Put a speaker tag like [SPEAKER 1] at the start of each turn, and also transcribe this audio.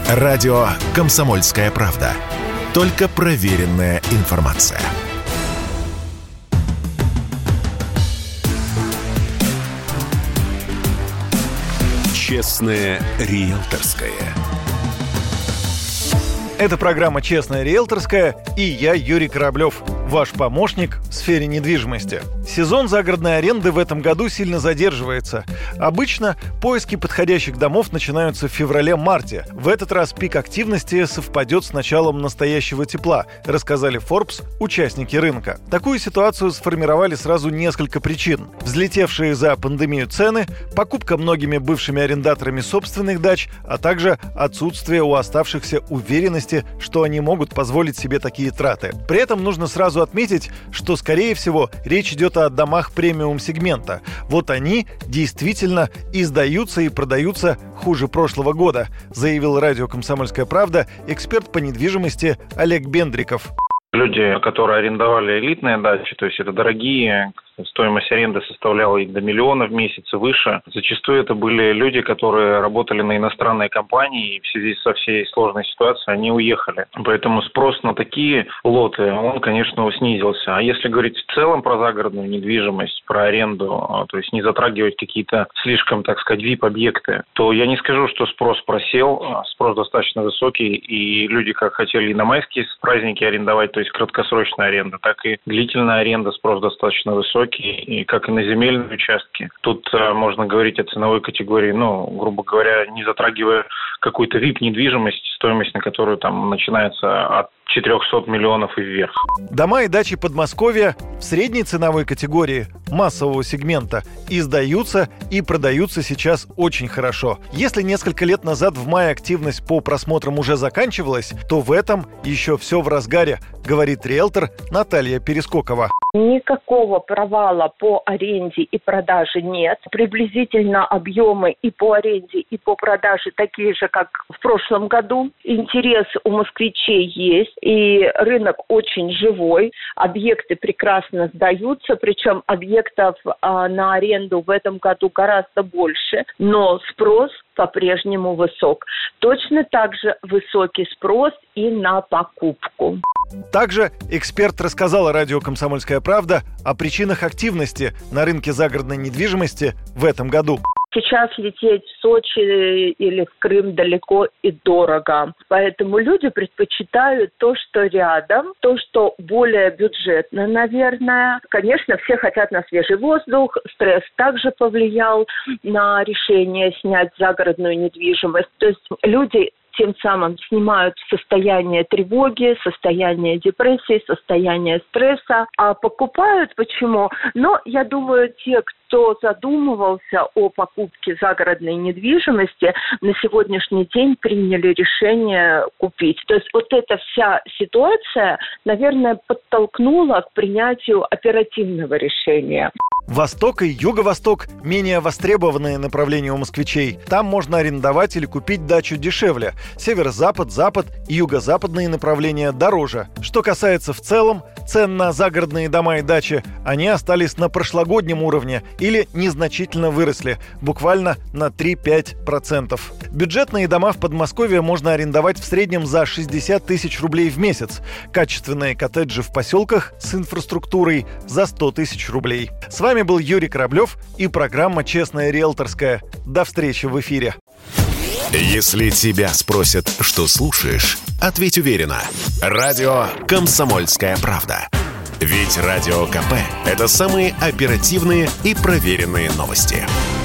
[SPEAKER 1] Радио «Комсомольская правда». Только проверенная информация. Честное риэлторское.
[SPEAKER 2] Это программа «Честная риэлторская» и я, Юрий Кораблев, ваш помощник в сфере недвижимости. Сезон загородной аренды в этом году сильно задерживается. Обычно поиски подходящих домов начинаются в феврале-марте. В этот раз пик активности совпадет с началом настоящего тепла, рассказали Forbes участники рынка. Такую ситуацию сформировали сразу несколько причин. Взлетевшие за пандемию цены, покупка многими бывшими арендаторами собственных дач, а также отсутствие у оставшихся уверенности, что они могут позволить себе такие траты. При этом нужно сразу отметить, что, скорее всего, речь идет о домах премиум-сегмента. Вот они действительно и сдаются, и продаются хуже прошлого года, заявил радио «Комсомольская правда» эксперт по недвижимости Олег Бендриков.
[SPEAKER 3] Люди, которые арендовали элитные дачи, то есть это дорогие, стоимость аренды составляла и до миллиона в месяц и выше. Зачастую это были люди, которые работали на иностранные компании, и в связи со всей сложной ситуацией они уехали. Поэтому спрос на такие лоты, он, конечно, снизился. А если говорить в целом про загородную недвижимость, про аренду, то есть не затрагивать какие-то слишком, так сказать, VIP-объекты, то я не скажу, что спрос просел, спрос достаточно высокий, и люди как хотели и на майские праздники арендовать, то есть краткосрочная аренда, так и длительная аренда, спрос достаточно высокий. И как и на земельные участки. Тут можно говорить о ценовой категории, грубо говоря, не затрагивая какую-то VIP-недвижимость, стоимость на которую там начинается от 400 миллионов и вверх.
[SPEAKER 2] Дома и дачи Подмосковья в средней ценовой категории массового сегмента и сдаются, и продаются сейчас очень хорошо. Если несколько лет назад в мае активность по просмотрам уже заканчивалась, то в этом еще все в разгаре, говорит риэлтор Наталья Перескокова.
[SPEAKER 4] Никакого провала по аренде и продаже нет. Приблизительно объемы и по аренде, и по продаже такие же, как в прошлом году. Интерес у москвичей есть, и рынок очень живой. Объекты прекрасно сдаются, причем объектов на аренду в этом году гораздо больше, но спрос по-прежнему высок. Точно так же высокий спрос и на покупку.
[SPEAKER 2] Также эксперт рассказал радио «Комсомольская правда» о причинах активности на рынке загородной недвижимости в этом году.
[SPEAKER 4] Сейчас лететь в Сочи или в Крым далеко и дорого. Поэтому люди предпочитают то, что рядом, то, что более бюджетно, наверное. Конечно, все хотят на свежий воздух. Стресс также повлиял на решение снять загородную недвижимость. То есть люди тем самым снимают состояние тревоги, состояние депрессии, состояние стресса. А покупают почему? Я думаю, те, кто задумывался о покупке загородной недвижимости, на сегодняшний день приняли решение купить. То есть вот эта вся ситуация, наверное, подтолкнула к принятию оперативного решения.
[SPEAKER 2] Восток и Юго-Восток – менее востребованные направления у москвичей. Там можно арендовать или купить дачу дешевле. Северо-запад, запад и юго-западные направления дороже. Что касается в целом цен на загородные дома и дачи, они остались на прошлогоднем уровне или незначительно выросли, буквально на 3-5%. Бюджетные дома в Подмосковье можно арендовать в среднем за 60 тысяч рублей в месяц. Качественные коттеджи в поселках с инфраструктурой за 100 тысяч рублей. С вами был Юрий Кораблев и программа «Честная риэлторская». До встречи в эфире.
[SPEAKER 1] Если тебя спросят, что слушаешь, ответь уверенно. Радио «Комсомольская правда». Ведь Радио КП – это самые оперативные и проверенные новости.